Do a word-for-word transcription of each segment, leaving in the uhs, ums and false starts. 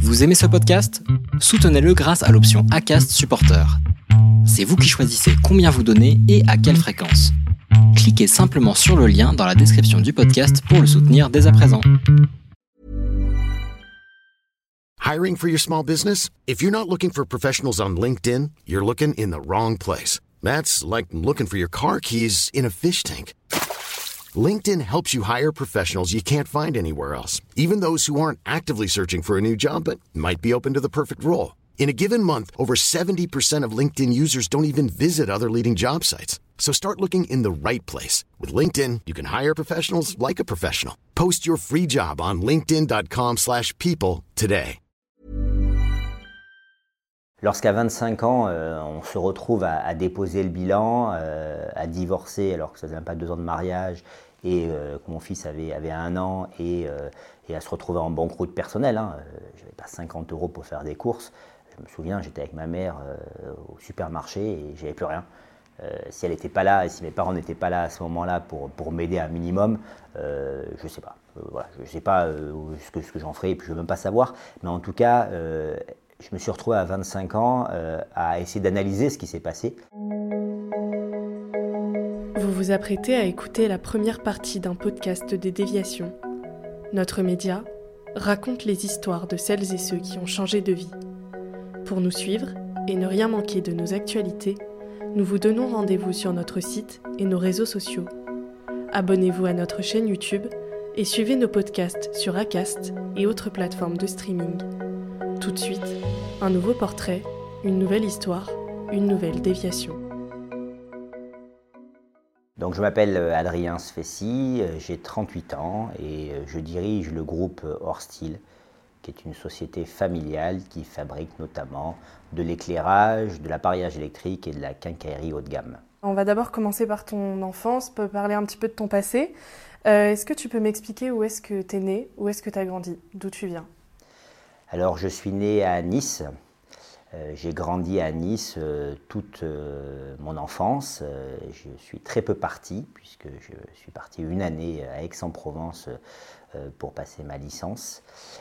Vous aimez ce podcast ? Soutenez-le grâce à l'option Acast Supporter. C'est vous qui choisissez combien vous donnez et à quelle fréquence. Cliquez simplement sur le lien dans la description du podcast pour le soutenir dès à présent. Hiring for your small business? If you're not looking for professionals on LinkedIn, you're looking in the wrong place. That's like looking for your car keys in a fish tank. LinkedIn helps you hire professionals you can't find anywhere else, even those who aren't actively searching for a new job but might be open to the perfect role. In a given month, over seventy percent of LinkedIn users don't even visit other leading job sites. So start looking in the right place. With LinkedIn, you can hire professionals like a professional. Post your free job on linkedin.com slash people today. Lorsqu'à vingt-cinq ans, euh, on se retrouve à, à déposer le bilan, euh, à divorcer alors que ça faisait même pas deux ans de mariage et euh, que mon fils avait, avait un an et, euh, et à se retrouver en banqueroute personnelle. Hein. Euh, j'avais pas cinquante euros pour faire des courses. Je me souviens, j'étais avec ma mère euh, au supermarché et j'avais plus rien. Euh, si elle n'était pas là et si mes parents n'étaient pas là à ce moment-là pour, pour m'aider un minimum, euh, je ne sais pas. Euh, voilà, je ne sais pas euh, ce que, ce que j'en ferais et puis je ne veux même pas savoir. Mais en tout cas, euh, je me suis retrouvé à vingt-cinq ans euh, à essayer d'analyser ce qui s'est passé. Vous vous apprêtez à écouter la première partie d'un podcast des Déviations. Notre média raconte les histoires de celles et ceux qui ont changé de vie. Pour nous suivre et ne rien manquer de nos actualités, nous vous donnons rendez-vous sur notre site et nos réseaux sociaux. Abonnez-vous à notre chaîne YouTube et suivez nos podcasts sur Acast et autres plateformes de streaming. Tout de suite, un nouveau portrait, une nouvelle histoire, une nouvelle déviation. Donc je m'appelle Adrien Sfessi, j'ai trente-huit ans et je dirige le groupe Horstil, qui est une société familiale qui fabrique notamment de l'éclairage, de l'appareillage électrique et de la quincaillerie haut de gamme. On va d'abord commencer par ton enfance, peut parler un petit peu de ton passé. Euh, est-ce que tu peux m'expliquer où est-ce que tu es né, où est-ce que tu as grandi, d'où tu viens ? Alors je suis né à Nice, euh, j'ai grandi à Nice euh, toute euh, mon enfance. Euh, je suis très peu parti puisque je suis parti une année à Aix-en-Provence euh, pour passer ma licence.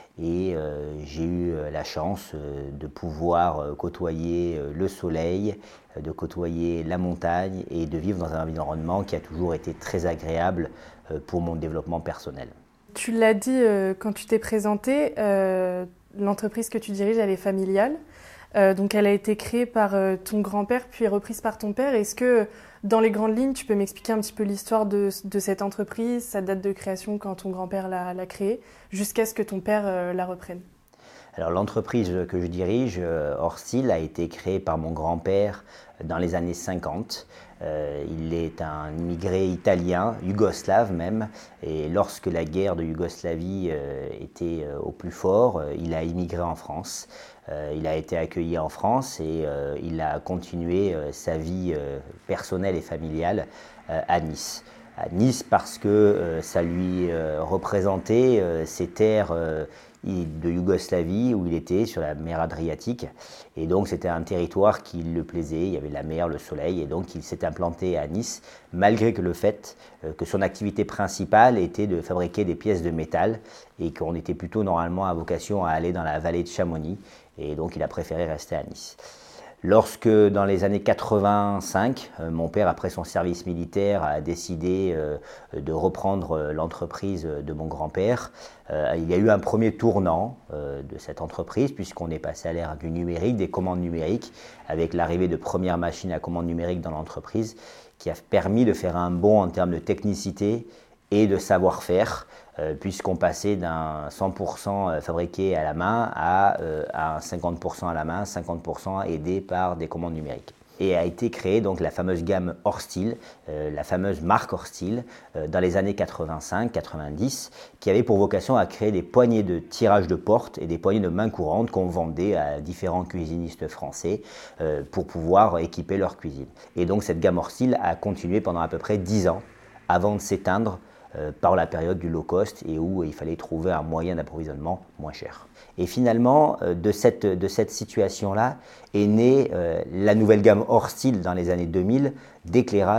Et euh, j'ai eu la chance euh, de pouvoir euh, côtoyer euh, le soleil, euh, de côtoyer la montagne et de vivre dans un environnement qui a toujours été très agréable euh, pour mon développement personnel. Tu l'as dit euh, quand tu t'es présenté, euh, l'entreprise que tu diriges, elle est familiale. Euh, donc elle a été créée par euh, ton grand-père, puis reprise par ton père. Est-ce que, dans les grandes lignes, tu peux m'expliquer un petit peu l'histoire de, de cette entreprise, sa date de création quand ton grand-père l'a, l'a créée, jusqu'à ce que ton père euh, la reprenne ? Alors l'entreprise que je dirige, euh, Horstil, a été créée par mon grand-père dans les années cinquante. Euh, il est un immigré italien, yougoslave même, et lorsque la guerre de Yougoslavie euh, était euh, au plus fort, euh, il a immigré en France. Euh, il a été accueilli en France et euh, il a continué euh, sa vie euh, personnelle et familiale euh, à Nice. À Nice parce que euh, ça lui euh, représentait euh, ces terres euh, de Yougoslavie où il était sur la mer Adriatique et donc c'était un territoire qui le plaisait, il y avait la mer, le soleil et donc il s'est implanté à Nice malgré que le fait euh, que son activité principale était de fabriquer des pièces de métal et qu'on était plutôt normalement à vocation à aller dans la vallée de Chamonix et donc il a préféré rester à Nice. Lorsque, dans les années quatre-vingt-cinq, euh, mon père, après son service militaire, a décidé euh, de reprendre l'entreprise de mon grand-père, euh, il y a eu un premier tournant euh, de cette entreprise, puisqu'on est passé à l'ère du numérique, des commandes numériques, avec l'arrivée de premières machines à commande numérique dans l'entreprise, qui a permis de faire un bond en termes de technicité et de savoir-faire, euh, puisqu'on passait d'un cent pour cent fabriqué à la main à, euh, à un cinquante pour cent à la main, cinquante pour cent aidé par des commandes numériques. Et a été créée donc la fameuse gamme Horstil, euh, la fameuse marque Horstil, euh, dans les années quatre-vingt-cinq quatre-vingt-dix, qui avait pour vocation à créer des poignées de tirage de porte et des poignées de main courantes qu'on vendait à différents cuisinistes français euh, pour pouvoir équiper leur cuisine. Et donc cette gamme Horstil a continué pendant à peu près dix ans avant de s'éteindre euh, par la période du low cost et où il fallait trouver un moyen d'approvisionnement moins cher. Et finalement, euh, de cette, de cette situation-là est née euh, la nouvelle gamme Horstil dans les années deux mille d'éclairage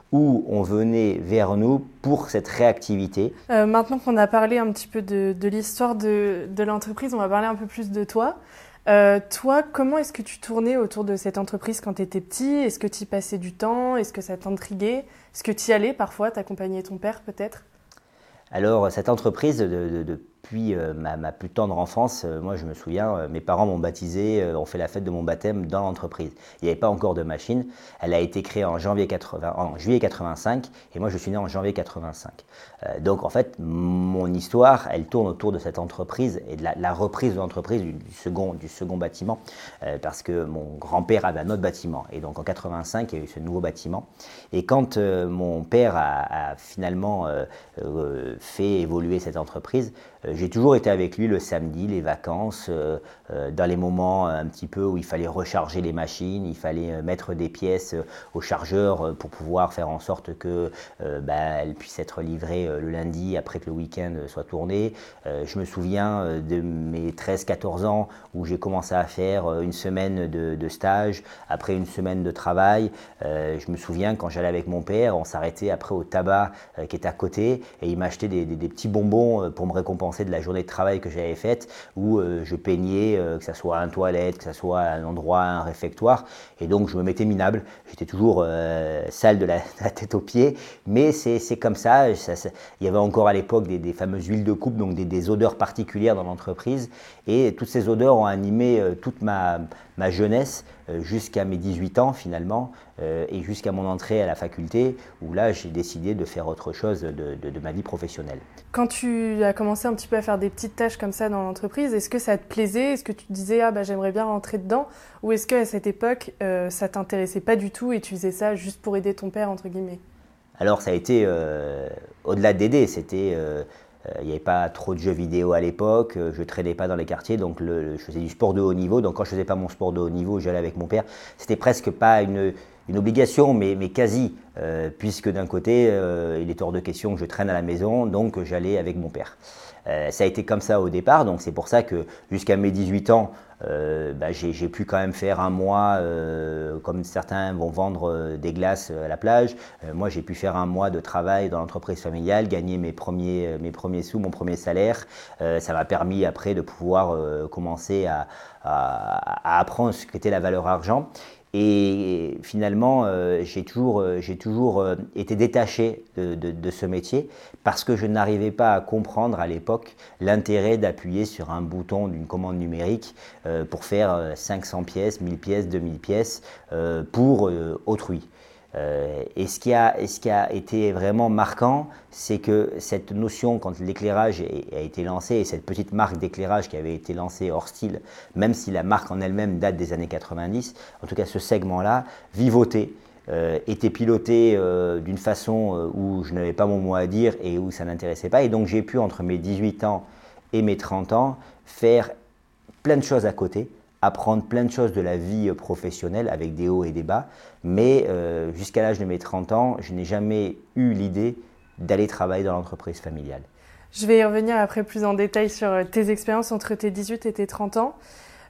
où on venait vers nous pour cette réactivité. Euh, maintenant qu'on a parlé un petit peu de, de l'histoire de, de l'entreprise, on va parler un peu plus de toi. Euh, toi, comment est-ce que tu tournais autour de cette entreprise quand tu étais petit? Est-ce que tu y passais du temps? Est-ce que ça t'intriguait? Est-ce que tu y allais parfois, t'accompagnais ton père peut-être? Alors, cette entreprise, de, de, depuis euh, ma, ma plus tendre enfance, euh, moi je me souviens, euh, mes parents m'ont baptisé, euh, ont fait la fête de mon baptême dans l'entreprise. Il n'y avait pas encore de machine. Elle a été créée en, janvier quatre-vingts, en juillet quatre-vingt-cinq et moi je suis né en janvier quatre-vingt-cinq. Euh, donc en fait, mon histoire, elle tourne autour de cette entreprise et de la, la reprise de l'entreprise du, du, second, du second bâtiment euh, parce que mon grand-père avait un autre bâtiment. Et donc en quatre-vingt-cinq, il y a eu ce nouveau bâtiment. Et quand euh, mon père a, a finalement euh, euh, fait évoluer cette entreprise, euh, j'ai toujours été avec lui le samedi, les vacances, euh, euh, dans les moments un petit peu où il fallait recharger les machines, il fallait euh, mettre des pièces euh, au chargeur euh, pour pouvoir faire en sorte que euh, bah, elles puissent être livrées euh, le lundi après que le week-end soit tourné. Euh, je me souviens euh, de mes treize quatorze ans où j'ai commencé à faire euh, une semaine de, de stage, après une semaine de travail. Euh, je me souviens quand j'allais avec mon père, on s'arrêtait après au tabac euh, qui est à côté et il m'achetait des, des, des petits bonbons pour me récompenser de la journée de travail que j'avais faite où euh, je peignais, euh, que ce soit un toilette, que ce soit un endroit, un réfectoire. Et donc je me mettais minable. J'étais toujours euh, sale de la, de la tête aux pieds, mais c'est, c'est comme ça. Ça, ça. Il y avait encore à l'époque des, des fameuses huiles de coupe, donc des, des odeurs particulières dans l'entreprise. Et toutes ces odeurs ont animé euh, toute ma, ma jeunesse euh, jusqu'à mes dix-huit ans finalement euh, et jusqu'à mon entrée à la faculté où là j'ai décidé de faire autre chose de, de, de ma vie professionnelle. Quand tu as commencé un petit peu à faire des petites tâches comme ça dans l'entreprise, est-ce que ça te plaisait? Est-ce que tu te disais ah bah j'aimerais bien rentrer dedans? Ou est-ce qu'à cette époque euh, ça t'intéressait pas du tout et tu faisais ça juste pour aider ton père entre guillemets? Alors ça a été euh, au-delà d'aider, c'était euh, il n'y avait pas trop de jeux vidéo à l'époque, je ne traînais pas dans les quartiers, donc le, le, je faisais du sport de haut niveau. Donc quand je ne faisais pas mon sport de haut niveau, j'allais avec mon père. C'était presque pas une, une obligation, mais, mais quasi, euh, puisque d'un côté, euh, il est hors de question que je traîne à la maison, donc j'allais avec mon père. Euh, ça a été comme ça au départ, donc c'est pour ça que jusqu'à mes dix-huit ans, euh, bah, j'ai, j'ai pu quand même faire un mois, euh, comme certains vont vendre euh, des glaces à la plage. Euh, moi, j'ai pu faire un mois de travail dans l'entreprise familiale, gagner mes premiers, mes premiers sous, mon premier salaire. Euh, ça m'a permis après de pouvoir euh, commencer à, à, à apprendre ce qu'était la valeur argent. Et finalement, euh, j'ai toujours, euh, j'ai toujours euh, été détaché de, de, de ce métier parce que je n'arrivais pas à comprendre à l'époque l'intérêt d'appuyer sur un bouton d'une commande numérique euh, pour faire euh, cinq cents pièces, mille pièces, deux mille pièces euh, pour euh, autrui. Euh, et, ce qui a, et ce qui a été vraiment marquant, c'est que cette notion, quand l'éclairage a été lancé, et cette petite marque d'éclairage qui avait été lancée hors style, même si la marque en elle-même date des années quatre-vingt-dix, en tout cas ce segment-là, vivotait, euh, était piloté euh, d'une façon euh, où je n'avais pas mon mot à dire et où ça n'intéressait pas. Et donc j'ai pu, entre mes dix-huit ans et mes trente ans, faire plein de choses à côté, apprendre plein de choses de la vie professionnelle avec des hauts et des bas, mais euh, jusqu'à l'âge de mes trente ans, je n'ai jamais eu l'idée d'aller travailler dans l'entreprise familiale. Je vais y revenir après plus en détail sur tes expériences entre tes dix-huit et tes trente ans.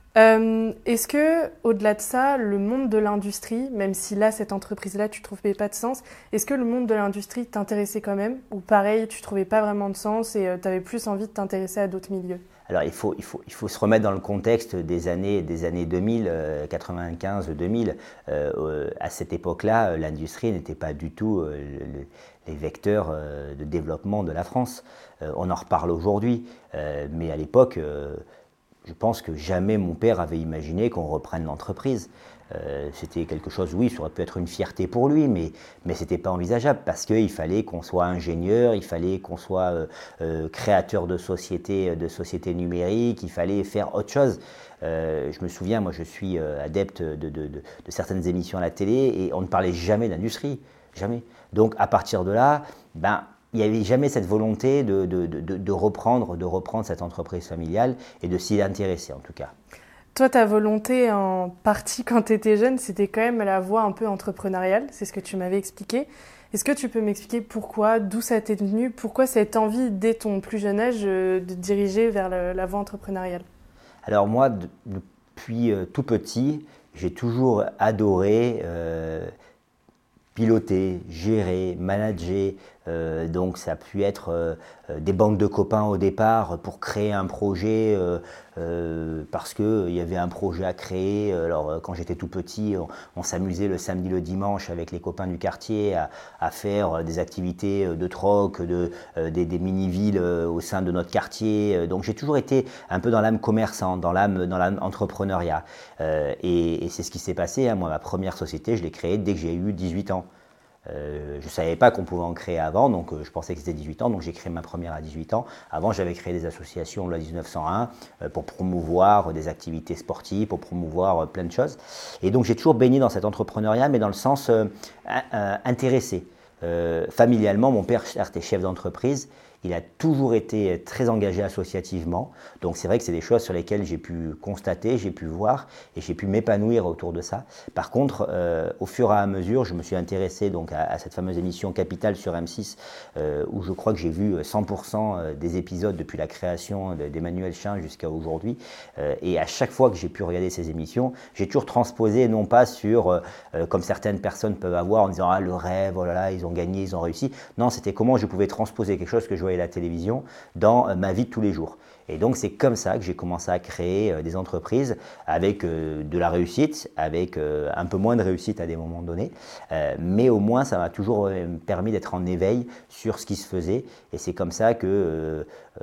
Euh, est-ce que, au-delà de ça, le monde de l'industrie, même si là, cette entreprise-là, tu ne trouvais pas de sens, est-ce que le monde de l'industrie t'intéressait quand même? Ou pareil, tu ne trouvais pas vraiment de sens et euh, tu avais plus envie de t'intéresser à d'autres milieux? Alors il faut, il, faut, il faut se remettre dans le contexte des années, des années deux mille, euh, quatre-vingt-quinze deux mille. Euh, à cette époque-là, l'industrie n'était pas du tout euh, le, les vecteurs euh, de développement de la France. Euh, on en reparle aujourd'hui, euh, mais à l'époque, euh, je pense que jamais mon père avait imaginé qu'on reprenne l'entreprise. Euh, c'était quelque chose, oui, ça aurait pu être une fierté pour lui, mais, mais ce n'était pas envisageable parce qu'il fallait qu'on soit ingénieur, il fallait qu'on soit euh, euh, créateur de sociétés de sociétés numériques, il fallait faire autre chose. Euh, je me souviens, moi je suis euh, adepte de, de, de, de certaines émissions à la télé et on ne parlait jamais d'industrie, jamais. Donc à partir de là, ben, il n'y avait jamais cette volonté de, de, de, de, reprendre, de reprendre cette entreprise familiale et de s'y intéresser en tout cas. Toi, ta volonté en partie quand tu étais jeune, c'était quand même la voie un peu entrepreneuriale, c'est ce que tu m'avais expliqué. Est-ce que tu peux m'expliquer pourquoi, d'où ça t'est venu, pourquoi cette envie dès ton plus jeune âge de te diriger vers la, la voie entrepreneuriale? Alors moi, de, depuis euh, tout petit, j'ai toujours adoré euh, piloter, gérer, manager. Euh, donc ça a pu être euh, des bandes de copains au départ pour créer un projet euh, euh, parce qu'il y avait un projet à créer. Alors quand j'étais tout petit, on, on s'amusait le samedi, le dimanche avec les copains du quartier à, à faire des activités de troc, de, euh, des, des mini-villes au sein de notre quartier. Donc j'ai toujours été un peu dans l'âme commerçante, dans l'âme, dans l'âme entrepreneuriat. Euh, et, et c'est ce qui s'est passé. Hein. Moi, ma première société, je l'ai créée dès que j'ai eu dix-huit ans. Euh, je ne savais pas qu'on pouvait en créer avant, donc euh, je pensais que c'était dix-huit ans, donc j'ai créé ma première à dix-huit ans. Avant, j'avais créé des associations, loi dix-neuf cent un, euh, pour promouvoir des activités sportives, pour promouvoir euh, plein de choses. Et donc j'ai toujours baigné dans cet entrepreneuriat, mais dans le sens euh, euh, intéressé. Euh, familialement, mon père était chef d'entreprise. Il a toujours été très engagé associativement. Donc c'est vrai que c'est des choses sur lesquelles j'ai pu constater, j'ai pu voir et j'ai pu m'épanouir autour de ça. Par contre, euh, au fur et à mesure, je me suis intéressé donc à, à cette fameuse émission Capital sur M six euh, où je crois que j'ai vu cent pour cent des épisodes depuis la création d'Emmanuel Chin jusqu'à aujourd'hui. Euh, et à chaque fois que j'ai pu regarder ces émissions, j'ai toujours transposé, non pas sur, euh, comme certaines personnes peuvent avoir en disant « Ah, le rêve, oh là là, ils ont gagné, ils ont réussi ». Non, c'était comment je pouvais transposer quelque chose que je voyais à la télévision dans ma vie de tous les jours. Et donc c'est comme ça que j'ai commencé à créer euh, des entreprises avec euh, de la réussite, avec euh, un peu moins de réussite à des moments donnés, euh, mais au moins ça m'a toujours euh, permis d'être en éveil sur ce qui se faisait. Et c'est comme ça que euh,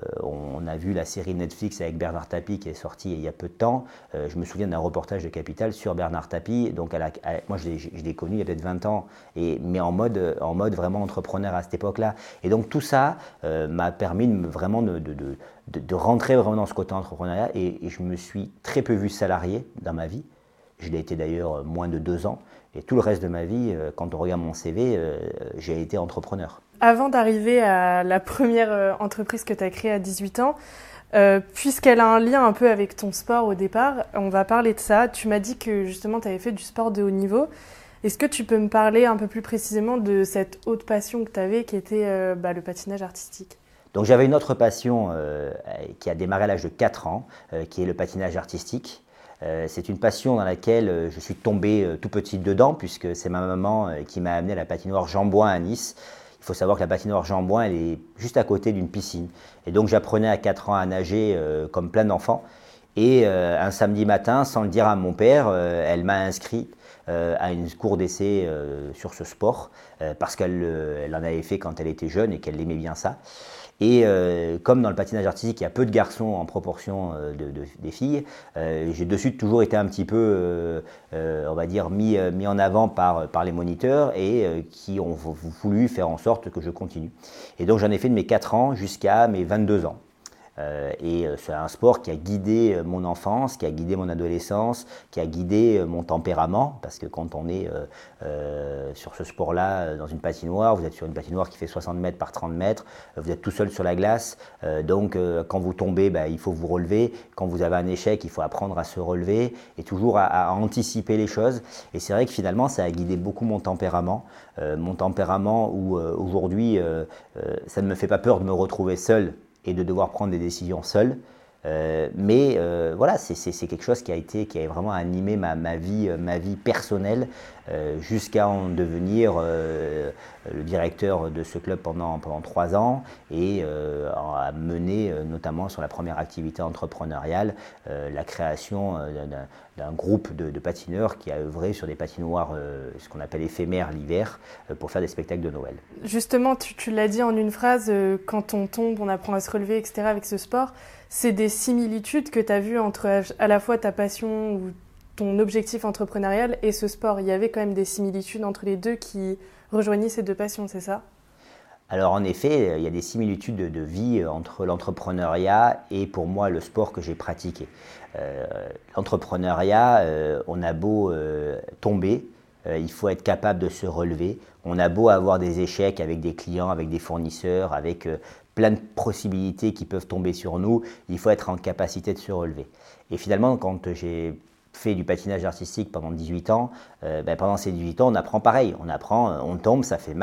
on a vu la série Netflix avec Bernard Tapie qui est sortie il y a peu de temps. Euh, je me souviens d'un reportage de Capital sur Bernard Tapie. Donc à la, à, moi je l'ai, je l'ai connu il y a peut-être vingt ans, et, mais en mode, en mode vraiment entrepreneur à cette époque-là. Et donc tout ça euh, m'a permis de me, vraiment de, de, de, de, de rentrer vraiment dans ce côté entrepreneuriat, et, et je me suis très peu vu salarié dans ma vie. Je l'ai été d'ailleurs moins de deux ans. Et tout le reste de ma vie, quand on regarde mon C V, euh, j'ai été entrepreneur. Avant d'arriver à la première entreprise que tu as créée à dix-huit ans, euh, puisqu'elle a un lien un peu avec ton sport au départ, on va parler de ça. Tu m'as dit que justement tu avais fait du sport de haut niveau. Est-ce que tu peux me parler un peu plus précisément de cette autre passion que tu avais qui était euh, bah, le patinage artistique ? Donc j'avais une autre passion euh, qui a démarré à l'âge de quatre ans, euh, qui est le patinage artistique. Euh, c'est une passion dans laquelle euh, je suis tombé euh, tout petit dedans, puisque c'est ma maman euh, qui m'a amené à la patinoire Jean Bouin à Nice. Il faut savoir que la patinoire Jean Bouin, elle est juste à côté d'une piscine. Et donc j'apprenais à quatre ans à nager euh, comme plein d'enfants. Et euh, un samedi matin, sans le dire à mon père, euh, elle m'a inscrit euh, à une cour d'essai euh, sur ce sport, euh, parce qu'elle euh, elle en avait fait quand elle était jeune et qu'elle aimait bien ça. Et euh, comme dans le patinage artistique, il y a peu de garçons en proportion euh, de, de, des filles, euh, j'ai de suite toujours été un petit peu, euh, euh, on va dire, mis, euh, mis en avant par, par les moniteurs et euh, qui ont voulu faire en sorte que je continue. Et donc j'en ai fait de mes quatre ans jusqu'à mes vingt-deux ans. Euh, et euh, c'est un sport qui a guidé euh, mon enfance, qui a guidé mon adolescence, qui a guidé euh, mon tempérament, parce que quand on est euh, euh, sur ce sport-là, euh, dans une patinoire, vous êtes sur une patinoire qui fait soixante mètres par trente mètres, euh, vous êtes tout seul sur la glace, euh, donc euh, quand vous tombez, bah, il faut vous relever, quand vous avez un échec, il faut apprendre à se relever, et toujours à, à anticiper les choses. Et c'est vrai que finalement, ça a guidé beaucoup mon tempérament, euh, mon tempérament où euh, aujourd'hui, euh, euh, ça ne me fait pas peur de me retrouver seul et de devoir prendre des décisions seul. Euh, mais euh, voilà, c'est, c'est, c'est quelque chose qui a, été, qui a vraiment animé ma, ma, vie, ma vie personnelle euh, jusqu'à en devenir euh, le directeur de ce club pendant, pendant trois ans et euh, à mener euh, notamment sur la première activité entrepreneuriale euh, la création euh, d'un, d'un groupe de, de patineurs qui a œuvré sur des patinoires, euh, ce qu'on appelle éphémères l'hiver, euh, pour faire des spectacles de Noël. Justement, tu, tu l'as dit en une phrase, euh, quand on tombe, on apprend à se relever, et cetera avec ce sport. C'est des similitudes que tu as vues entre à la fois ta passion ou ton objectif entrepreneurial et ce sport. Il y avait quand même des similitudes entre les deux qui rejoignaient ces deux passions, c'est ça ? Alors en effet, il y a des similitudes de, de vie entre l'entrepreneuriat et pour moi le sport que j'ai pratiqué. Euh, l'entrepreneuriat, euh, on a beau euh, tomber, euh, il faut être capable de se relever. On a beau avoir des échecs avec des clients, avec des fournisseurs, avec euh, plein de possibilités qui peuvent tomber sur nous, il faut être en capacité de se relever. Et finalement, quand j'ai fait du patinage artistique pendant dix-huit ans, euh, ben pendant ces dix-huit ans, on apprend pareil. On apprend, on tombe, ça fait mal,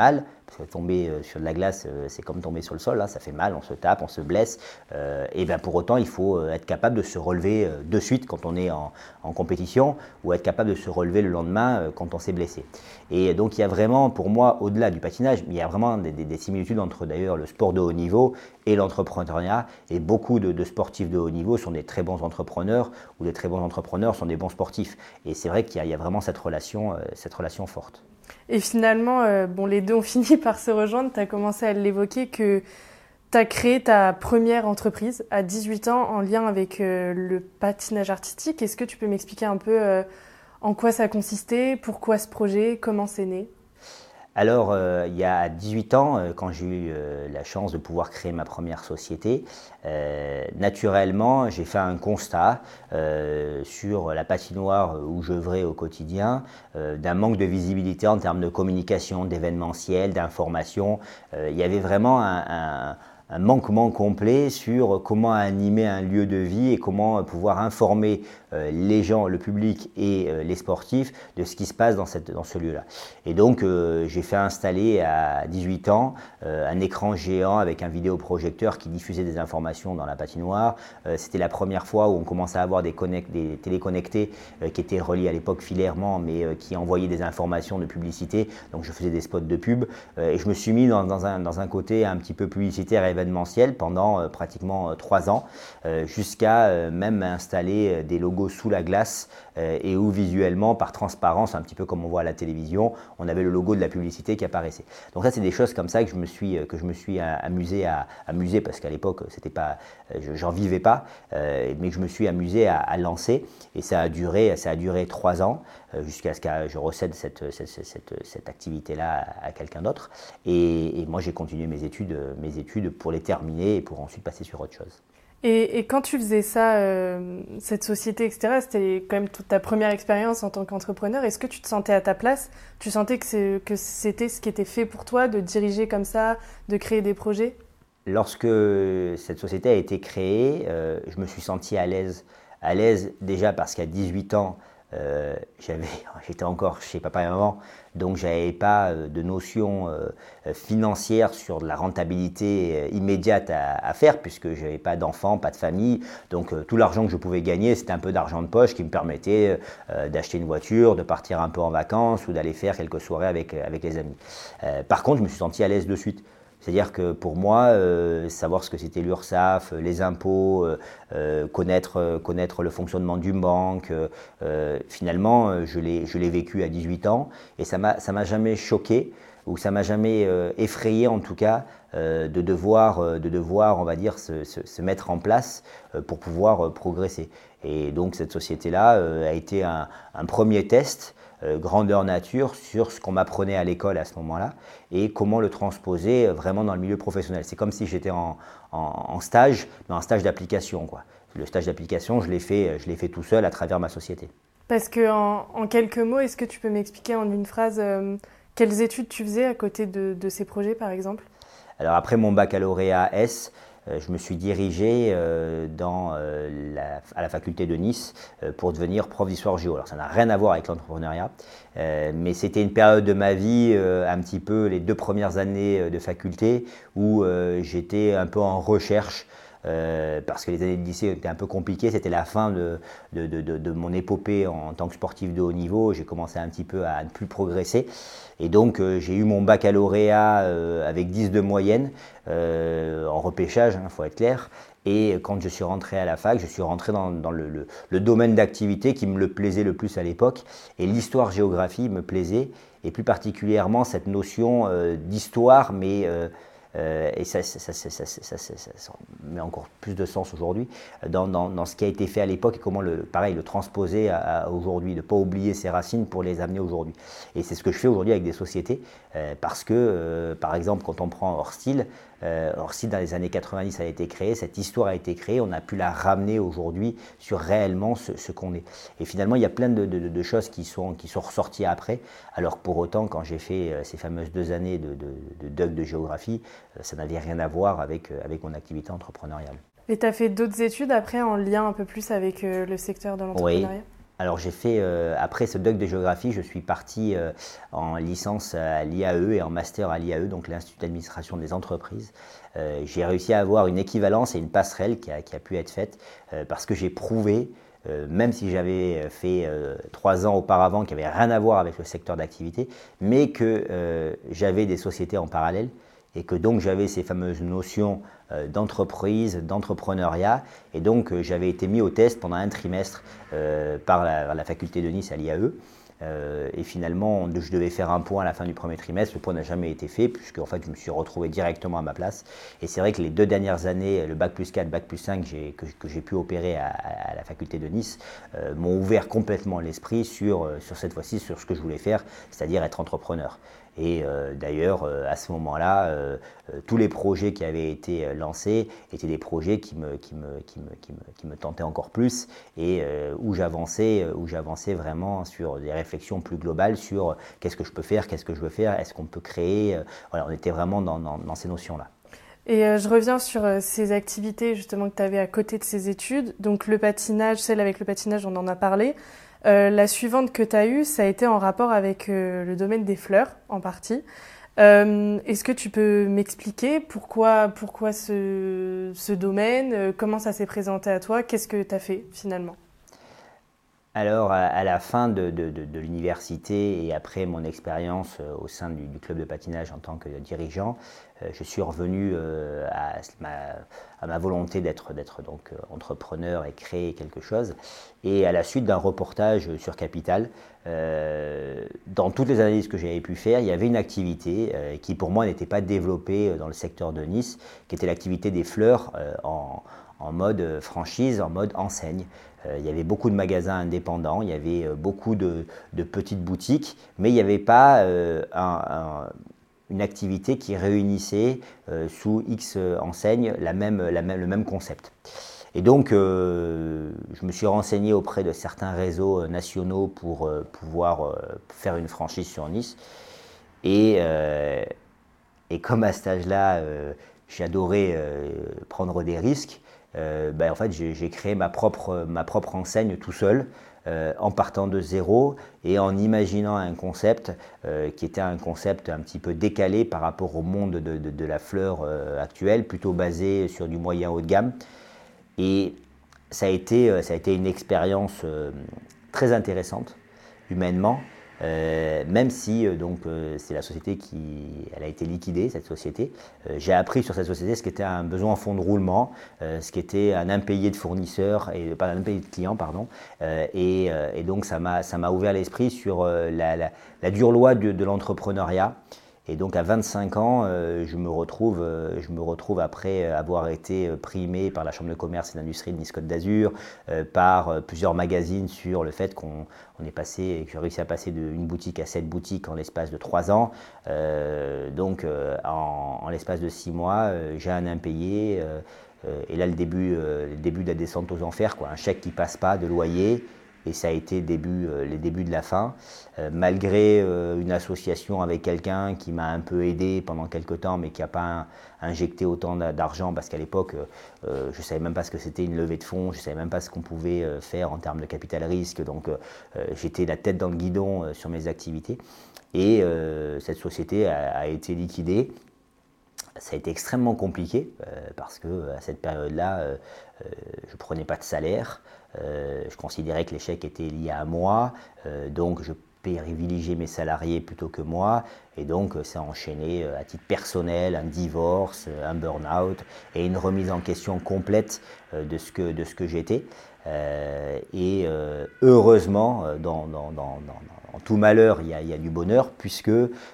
parce que tomber sur de la glace, c'est comme tomber sur le sol, hein, ça fait mal, on se tape, on se blesse. Euh, et bien pour autant, il faut être capable de se relever de suite quand on est en, en compétition, ou être capable de se relever le lendemain quand on s'est blessé. Et donc il y a vraiment, pour moi, au-delà du patinage, il y a vraiment des, des, des similitudes entre d'ailleurs le sport de haut niveau et l'entrepreneuriat. Et beaucoup de, de sportifs de haut niveau sont des très bons entrepreneurs, ou des très bons entrepreneurs sont des bons sportifs. Et c'est vrai qu'il y a, il y a vraiment cette relation, euh, cette relation forte. Et finalement, euh, bon, les deux ont fini par se rejoindre. Tu as commencé à l'évoquer que tu as créé ta première entreprise à dix-huit ans en lien avec euh, le patinage artistique. Est-ce que tu peux m'expliquer un peu euh, en quoi ça consistait, pourquoi ce projet, comment c'est né ? Alors, euh, il y a dix-huit ans, euh, quand j'ai eu euh, la chance de pouvoir créer ma première société, euh, naturellement, j'ai fait un constat euh, sur la patinoire où j'œuvrais au quotidien, euh, d'un manque de visibilité en termes de communication, d'événementiel, d'information. Euh, il y avait vraiment un, un un manquement complet sur comment animer un lieu de vie et comment pouvoir informer euh, les gens, le public et euh, les sportifs de ce qui se passe dans, cette, dans ce lieu-là. Et donc euh, j'ai fait installer à dix-huit ans euh, un écran géant avec un vidéoprojecteur qui diffusait des informations dans la patinoire. Euh, c'était la première fois où on commençait à avoir des, connect, des téléconnectés euh, qui étaient reliés à l'époque filairement, mais euh, qui envoyaient des informations de publicité. Donc je faisais des spots de pub euh, et je me suis mis dans, dans, un, dans un côté un petit peu publicitaire et événementiel pendant euh, pratiquement euh, trois ans, euh, jusqu'à euh, même installer euh, des logos sous la glace euh, et où visuellement, par transparence, un petit peu comme on voit à la télévision, on avait le logo de la publicité qui apparaissait. Donc ça, c'est des choses comme ça que je me suis, que je me suis amusé à amuser parce qu'à l'époque, c'était pas, j'en vivais pas, euh, mais que je me suis amusé à, à lancer et ça a duré, ça a duré trois ans euh, jusqu'à ce que je recède cette, cette, cette, cette activité-là à, à quelqu'un d'autre. Et, et moi, j'ai continué mes études, mes études pour les terminer et pour ensuite passer sur autre chose. Et, et quand tu faisais ça, euh, cette société, et cetera, c'était quand même toute ta première expérience en tant qu'entrepreneur. Est-ce que tu te sentais à ta place ? Tu sentais que, c'est, que c'était ce qui était fait pour toi, de diriger comme ça, de créer des projets ? Lorsque cette société a été créée, euh, je me suis senti à l'aise. À l'aise déjà parce qu'à dix-huit ans, Euh, j'avais, j'étais encore chez papa et maman, donc je n'avais pas de notion euh, financière sur de la rentabilité euh, immédiate à, à faire, puisque je n'avais pas d'enfants, pas de famille. Donc euh, tout l'argent que je pouvais gagner, c'était un peu d'argent de poche qui me permettait euh, d'acheter une voiture, de partir un peu en vacances ou d'aller faire quelques soirées avec, avec les amis. Euh, par contre, je me suis senti à l'aise de suite. C'est-à-dire que pour moi, euh, savoir ce que c'était l'URSSAF, les impôts, euh, euh, connaître, euh, connaître le fonctionnement d'une banque, euh, finalement, je l'ai, je l'ai vécu à dix-huit ans et ça m'a, ça m'a jamais choqué ou ça m'a jamais euh, effrayé en tout cas euh, de, devoir, de devoir, on va dire, se, se, se mettre en place euh, pour pouvoir euh, progresser. Et donc cette société-là euh, a été un, un premier test Euh, grandeur nature sur ce qu'on m'apprenait à l'école à ce moment-là et comment le transposer vraiment dans le milieu professionnel. C'est comme si j'étais en, en, en stage, mais en stage d'application, quoi. Le stage d'application, je l'ai fait, je l'ai fait tout seul à travers ma société. Parce qu'en en quelques mots, est-ce que tu peux m'expliquer en une phrase euh, quelles études tu faisais à côté de, de ces projets, par exemple ? Alors après mon baccalauréat S, Euh, je me suis dirigé euh, dans, euh, la, à la faculté de Nice euh, pour devenir prof d'histoire géo. Alors ça n'a rien à voir avec l'entrepreneuriat, euh, mais c'était une période de ma vie, euh, un petit peu les deux premières années de faculté, où euh, j'étais un peu en recherche. Euh, parce que les années de lycée étaient un peu compliquées, c'était la fin de, de, de, de, de mon épopée en, en tant que sportif de haut niveau, j'ai commencé un petit peu à ne plus progresser et donc euh, j'ai eu mon baccalauréat euh, avec dix de moyenne, euh, en repêchage, il hein, faut être clair, et quand je suis rentré à la fac, je suis rentré dans, dans le, le, le domaine d'activité qui me le plaisait le plus à l'époque et l'histoire-géographie me plaisait et plus particulièrement cette notion euh, d'histoire mais euh, Euh, et ça, ça, ça, ça, ça, ça, ça, ça met encore plus de sens aujourd'hui dans, dans, dans ce qui a été fait à l'époque et comment le, pareil, le transposer à, à aujourd'hui, de ne pas oublier ses racines pour les amener aujourd'hui. Et c'est ce que je fais aujourd'hui avec des sociétés euh, parce que, euh, par exemple, quand on prend Orstyle, euh, Orstyle dans les années quatre-vingt-dix a été créé, cette histoire a été créée, on a pu la ramener aujourd'hui sur réellement ce, ce qu'on est. Et finalement, il y a plein de, de, de choses qui sont, qui sont ressorties après, alors que pour autant, quand j'ai fait ces fameuses deux années de, de, de doc de géographie, ça n'avait rien à voir avec, avec mon activité entrepreneuriale. Et tu as fait d'autres études après en lien un peu plus avec le secteur de l'entrepreneuriat ? Alors j'ai fait, euh, après ce doc de géographie, je suis parti euh, en licence à l'I A E et en master à l'I A E, donc l'Institut d'administration des entreprises. Euh, j'ai réussi à avoir une équivalence et une passerelle qui a, qui a pu être faite euh, parce que j'ai prouvé, euh, même si j'avais fait euh, trois ans auparavant qui n'avaient rien à voir avec le secteur d'activité, mais que euh, j'avais des sociétés en parallèle et que donc j'avais ces fameuses notions euh, d'entreprise, d'entrepreneuriat, et donc euh, j'avais été mis au test pendant un trimestre euh, par la, la faculté de Nice à l'I A E. Euh, et finalement, je devais faire un point à la fin du premier trimestre. Le point n'a jamais été fait, puisque en fait, je me suis retrouvé directement à ma place. Et c'est vrai que les deux dernières années, le bac plus quatre, bac plus cinq j'ai, que, que j'ai pu opérer à, à la faculté de Nice, euh, m'ont ouvert complètement l'esprit sur, sur cette fois-ci, sur ce que je voulais faire, c'est-à-dire être entrepreneur. Et euh, d'ailleurs, euh, à ce moment-là, euh, euh, tous les projets qui avaient été euh, lancés étaient des projets qui me, qui me, qui me, qui me, qui me tentaient encore plus et euh, où j'avançais, où j'avançais vraiment sur des réflexions plus globales sur qu'est-ce que je peux faire, qu'est-ce que je veux faire, est-ce qu'on peut créer. Euh, voilà, on était vraiment dans, dans, dans ces notions-là. Et euh, je reviens sur euh, ces activités justement que tu avais à côté de ces études. Donc le patinage, celle avec le patinage, on en a parlé. Euh, la suivante que tu as eue, ça a été en rapport avec euh, le domaine des fleurs, en partie. Euh, est-ce que tu peux m'expliquer pourquoi, pourquoi ce, ce domaine, euh, comment ça s'est présenté à toi, qu'est-ce que tu as fait finalement ? Alors, à, à la fin de, de, de, de l'université et après mon expérience euh, au sein du, du club de patinage en tant que dirigeant, euh, je suis revenu euh, à, ma, à ma volonté d'être, d'être donc euh, entrepreneur et créer quelque chose. Et à la suite d'un reportage sur Capital, euh, dans toutes les analyses que j'avais pu faire, il y avait une activité euh, qui pour moi n'était pas développée dans le secteur de Nice, qui était l'activité des fleurs euh, en, en mode franchise, en mode enseigne. Euh, il y avait beaucoup de magasins indépendants, il y avait euh, beaucoup de, de petites boutiques, mais il n'y avait pas euh, un, un, une activité qui réunissait euh, sous X enseignes la même, la même, le même concept. Et donc, euh, je me suis renseigné auprès de certains réseaux nationaux pour euh, pouvoir euh, faire une franchise sur Nice. Et, euh, et comme à cet âge-là, euh, j'adorais euh, prendre des risques, Euh, ben, en fait, j'ai, j'ai créé ma propre, ma propre enseigne tout seul, euh, en partant de zéro et en imaginant un concept euh, qui était un concept un petit peu décalé par rapport au monde de, de, de la fleur euh, actuelle, plutôt basé sur du moyen haut de gamme. Et ça a été, ça a été une expérience euh, très intéressante, humainement. Euh, même si euh, donc, euh, c'est la société qui elle a été liquidée, cette société. Euh, j'ai appris sur cette société ce qu'était un besoin en fonds de roulement, euh, ce qu'était un impayé de fournisseurs, et, pas un impayé de clients, pardon. Euh, et, euh, et donc ça m'a, ça m'a ouvert l'esprit sur euh, la, la, la dure loi de, de l'entrepreneuriat. Et donc à vingt-cinq ans, euh, je, me retrouve, euh, je me retrouve après avoir été primé par la Chambre de commerce et d'industrie de Nice-Côte d'Azur, euh, par euh, plusieurs magazines sur le fait qu'on on est passé, que j'ai réussi à passer d'une boutique à sept boutiques en l'espace de trois ans. Euh, donc euh, en, en l'espace de six mois, euh, j'ai un impayé. Euh, euh, et là, le début, euh, le début de la descente aux enfers, quoi. Un chèque qui ne passe pas de loyer. Et ça a été début, euh, les débuts de la fin, euh, malgré euh, une association avec quelqu'un qui m'a un peu aidé pendant quelques temps, mais qui n'a pas un, injecté autant d'argent, parce qu'à l'époque, euh, je ne savais même pas ce que c'était une levée de fonds, je ne savais même pas ce qu'on pouvait euh, faire en termes de capital risque, donc euh, j'étais la tête dans le guidon euh, sur mes activités. Et euh, cette société a, a été liquidée. Ça a été extrêmement compliqué euh, parce qu'à cette période-là, euh, euh, je ne prenais pas de salaire. Euh, je considérais que l'échec était lié à moi, euh, donc je privilégiais mes salariés plutôt que moi. Et donc ça a enchaîné euh, à titre personnel, un divorce, un burn-out et une remise en question complète euh, de ce que, de ce que j'étais. Euh, et euh, heureusement, dans, dans, dans, dans, dans tout malheur, il y a, il y a du bonheur, puisque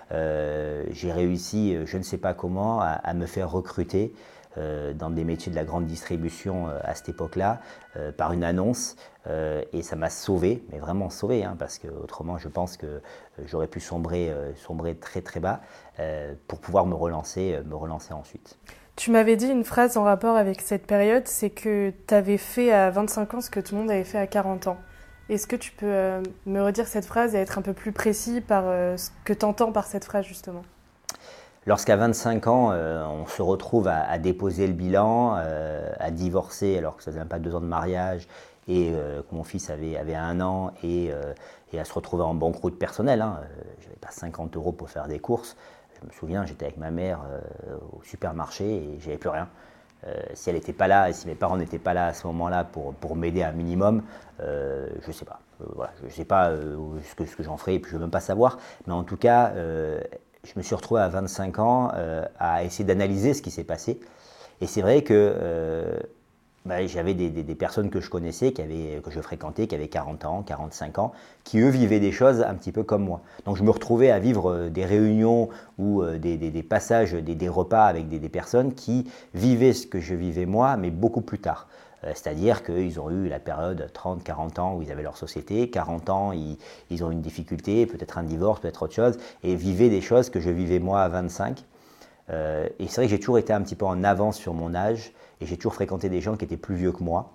euh, j'ai réussi, je ne sais pas comment, à, à me faire recruter euh, dans des métiers de la grande distribution euh, à cette époque-là, euh, par une annonce, euh, et ça m'a sauvé, mais vraiment sauvé, hein, parce que autrement je pense que j'aurais pu sombrer, euh, sombrer très très bas euh, pour pouvoir me relancer, me relancer ensuite. Tu m'avais dit une phrase en rapport avec cette période, c'est que tu avais fait à vingt-cinq ans ce que tout le monde avait fait à quarante ans. Est-ce que tu peux euh, me redire cette phrase et être un peu plus précis par euh, ce que tu entends par cette phrase justement ? Lorsqu'à vingt-cinq ans, euh, on se retrouve à, à déposer le bilan, euh, à divorcer alors que ça faisait même pas deux ans de mariage, et euh, que mon fils avait, avait un an et, euh, et à se retrouver en banqueroute personnelle. Hein. Je n'avais pas cinquante euros pour faire des courses. Je me souviens, j'étais avec ma mère euh, au supermarché et j'avais plus rien. Euh, si elle n'était pas là et si mes parents n'étaient pas là à ce moment-là pour, pour m'aider un minimum, euh, je ne sais pas. Euh, voilà, je ne sais pas euh, ce que, ce que j'en ferais et puis je ne veux même pas savoir. Mais en tout cas, euh, je me suis retrouvé à vingt-cinq ans euh, à essayer d'analyser ce qui s'est passé. Et c'est vrai que euh, bah, j'avais des, des, des personnes que je connaissais, qui avaient, que je fréquentais, qui avaient quarante ans, quarante-cinq ans, qui eux vivaient des choses un petit peu comme moi. Donc je me retrouvais à vivre des réunions ou des, des, des passages, des, des repas avec des, des personnes qui vivaient ce que je vivais moi, mais beaucoup plus tard. Euh, c'est-à-dire qu'ils ont eu la période trente quarante ans où ils avaient leur société, quarante ans, ils, ils ont une difficulté, peut-être un divorce, peut-être autre chose, et vivaient des choses que je vivais moi à vingt-cinq. Euh, et c'est vrai que j'ai toujours été un petit peu en avance sur mon âge, et j'ai toujours fréquenté des gens qui étaient plus vieux que moi.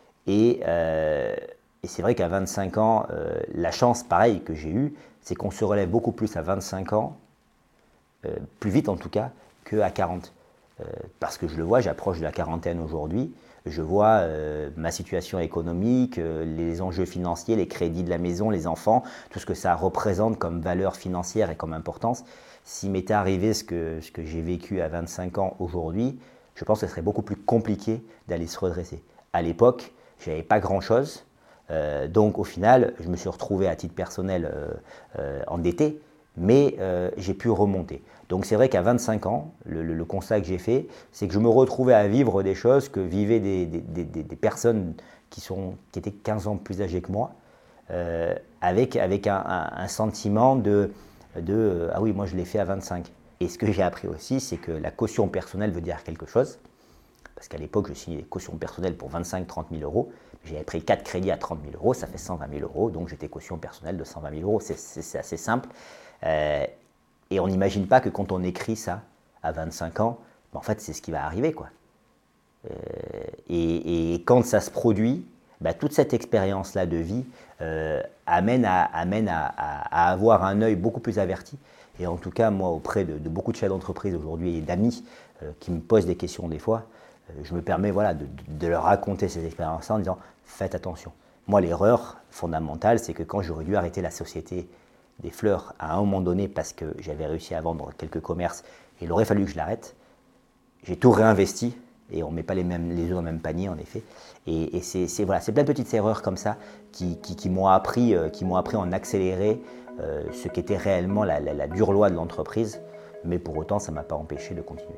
Et, euh, et c'est vrai qu'à vingt-cinq ans, euh, la chance, pareil, que j'ai eue, c'est qu'on se relève beaucoup plus à vingt-cinq ans, euh, plus vite en tout cas, qu'à quarante. Euh, parce que je le vois, j'approche de la quarantaine aujourd'hui, je vois euh, ma situation économique, euh, les enjeux financiers, les crédits de la maison, les enfants, tout ce que ça représente comme valeur financière et comme importance. S'il m'était arrivé ce que, ce que j'ai vécu à vingt-cinq ans aujourd'hui, je pense que ce serait beaucoup plus compliqué d'aller se redresser. À l'époque, je n'avais pas grand-chose, euh, donc au final, je me suis retrouvé à titre personnel euh, euh, endetté, mais euh, j'ai pu remonter. Donc c'est vrai qu'à vingt-cinq ans, le, le, le constat que j'ai fait, c'est que je me retrouvais à vivre des choses que vivaient des, des, des, des personnes qui, sont, qui étaient quinze ans plus âgées que moi, euh, avec, avec un, un, un sentiment de, de euh, « ah oui, moi je l'ai fait à vingt-cinq ». Et ce que j'ai appris aussi, c'est que la caution personnelle veut dire quelque chose. Parce qu'à l'époque, je signais des cautions personnelles pour vingt-cinq à trente mille euros. J'avais pris quatre crédits à trente mille euros, ça fait cent vingt mille euros. Donc j'étais caution personnelle de cent vingt mille euros. C'est, c'est, c'est assez simple. Euh, et on n'imagine pas que quand on écrit ça à vingt-cinq ans, ben en fait, c'est ce qui va arriver, quoi. Euh, et, et quand ça se produit, ben toute cette expérience-là de vie euh, amène, à, amène à, à, à avoir un œil beaucoup plus averti. Et en tout cas, moi, auprès de, de beaucoup de chefs d'entreprise aujourd'hui et d'amis euh, qui me posent des questions des fois, euh, je me permets voilà, de, de leur raconter ces expériences en disant « faites attention ». Moi, l'erreur fondamentale, c'est que quand j'aurais dû arrêter la société des fleurs à un moment donné parce que j'avais réussi à vendre quelques commerces et il aurait fallu que je l'arrête, j'ai tout réinvesti et on ne met pas les, mêmes, les œufs dans le même panier en effet. Et, et c'est, c'est, voilà, c'est plein de petites erreurs comme ça qui, qui, qui, m'ont, appris, euh, qui m'ont appris en accéléré Euh, ce qu'était réellement la, la, la dure loi de l'entreprise, mais pour autant, ça ne m'a pas empêché de continuer.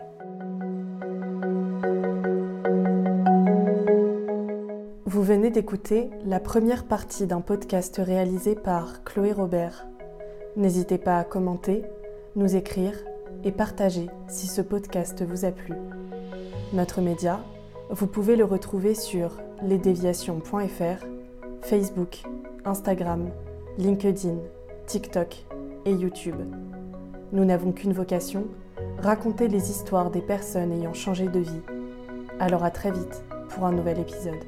Vous venez d'écouter la première partie d'un podcast réalisé par Chloé Robert. N'hésitez pas à commenter, nous écrire et partager si ce podcast vous a plu. Notre média, vous pouvez le retrouver sur lesdéviations point f r, Facebook, Instagram, LinkedIn, TikTok et YouTube. Nous n'avons qu'une vocation, raconter les histoires des personnes ayant changé de vie. Alors à très vite pour un nouvel épisode.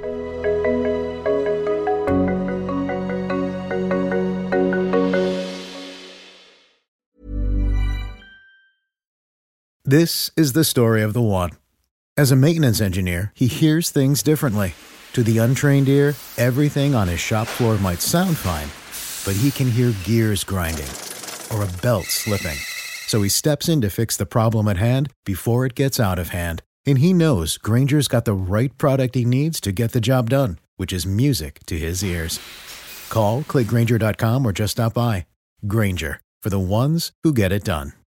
This is the story of the one. As a maintenance engineer, he hears things differently. To the untrained ear, everything on his shop floor might sound fine, but he can hear gears grinding or a belt slipping. So he steps in to fix the problem at hand before it gets out of hand. And he knows Grainger's got the right product he needs to get the job done, which is music to his ears. Call, click Grainger dot com or just stop by. Grainger, for the ones who get it done.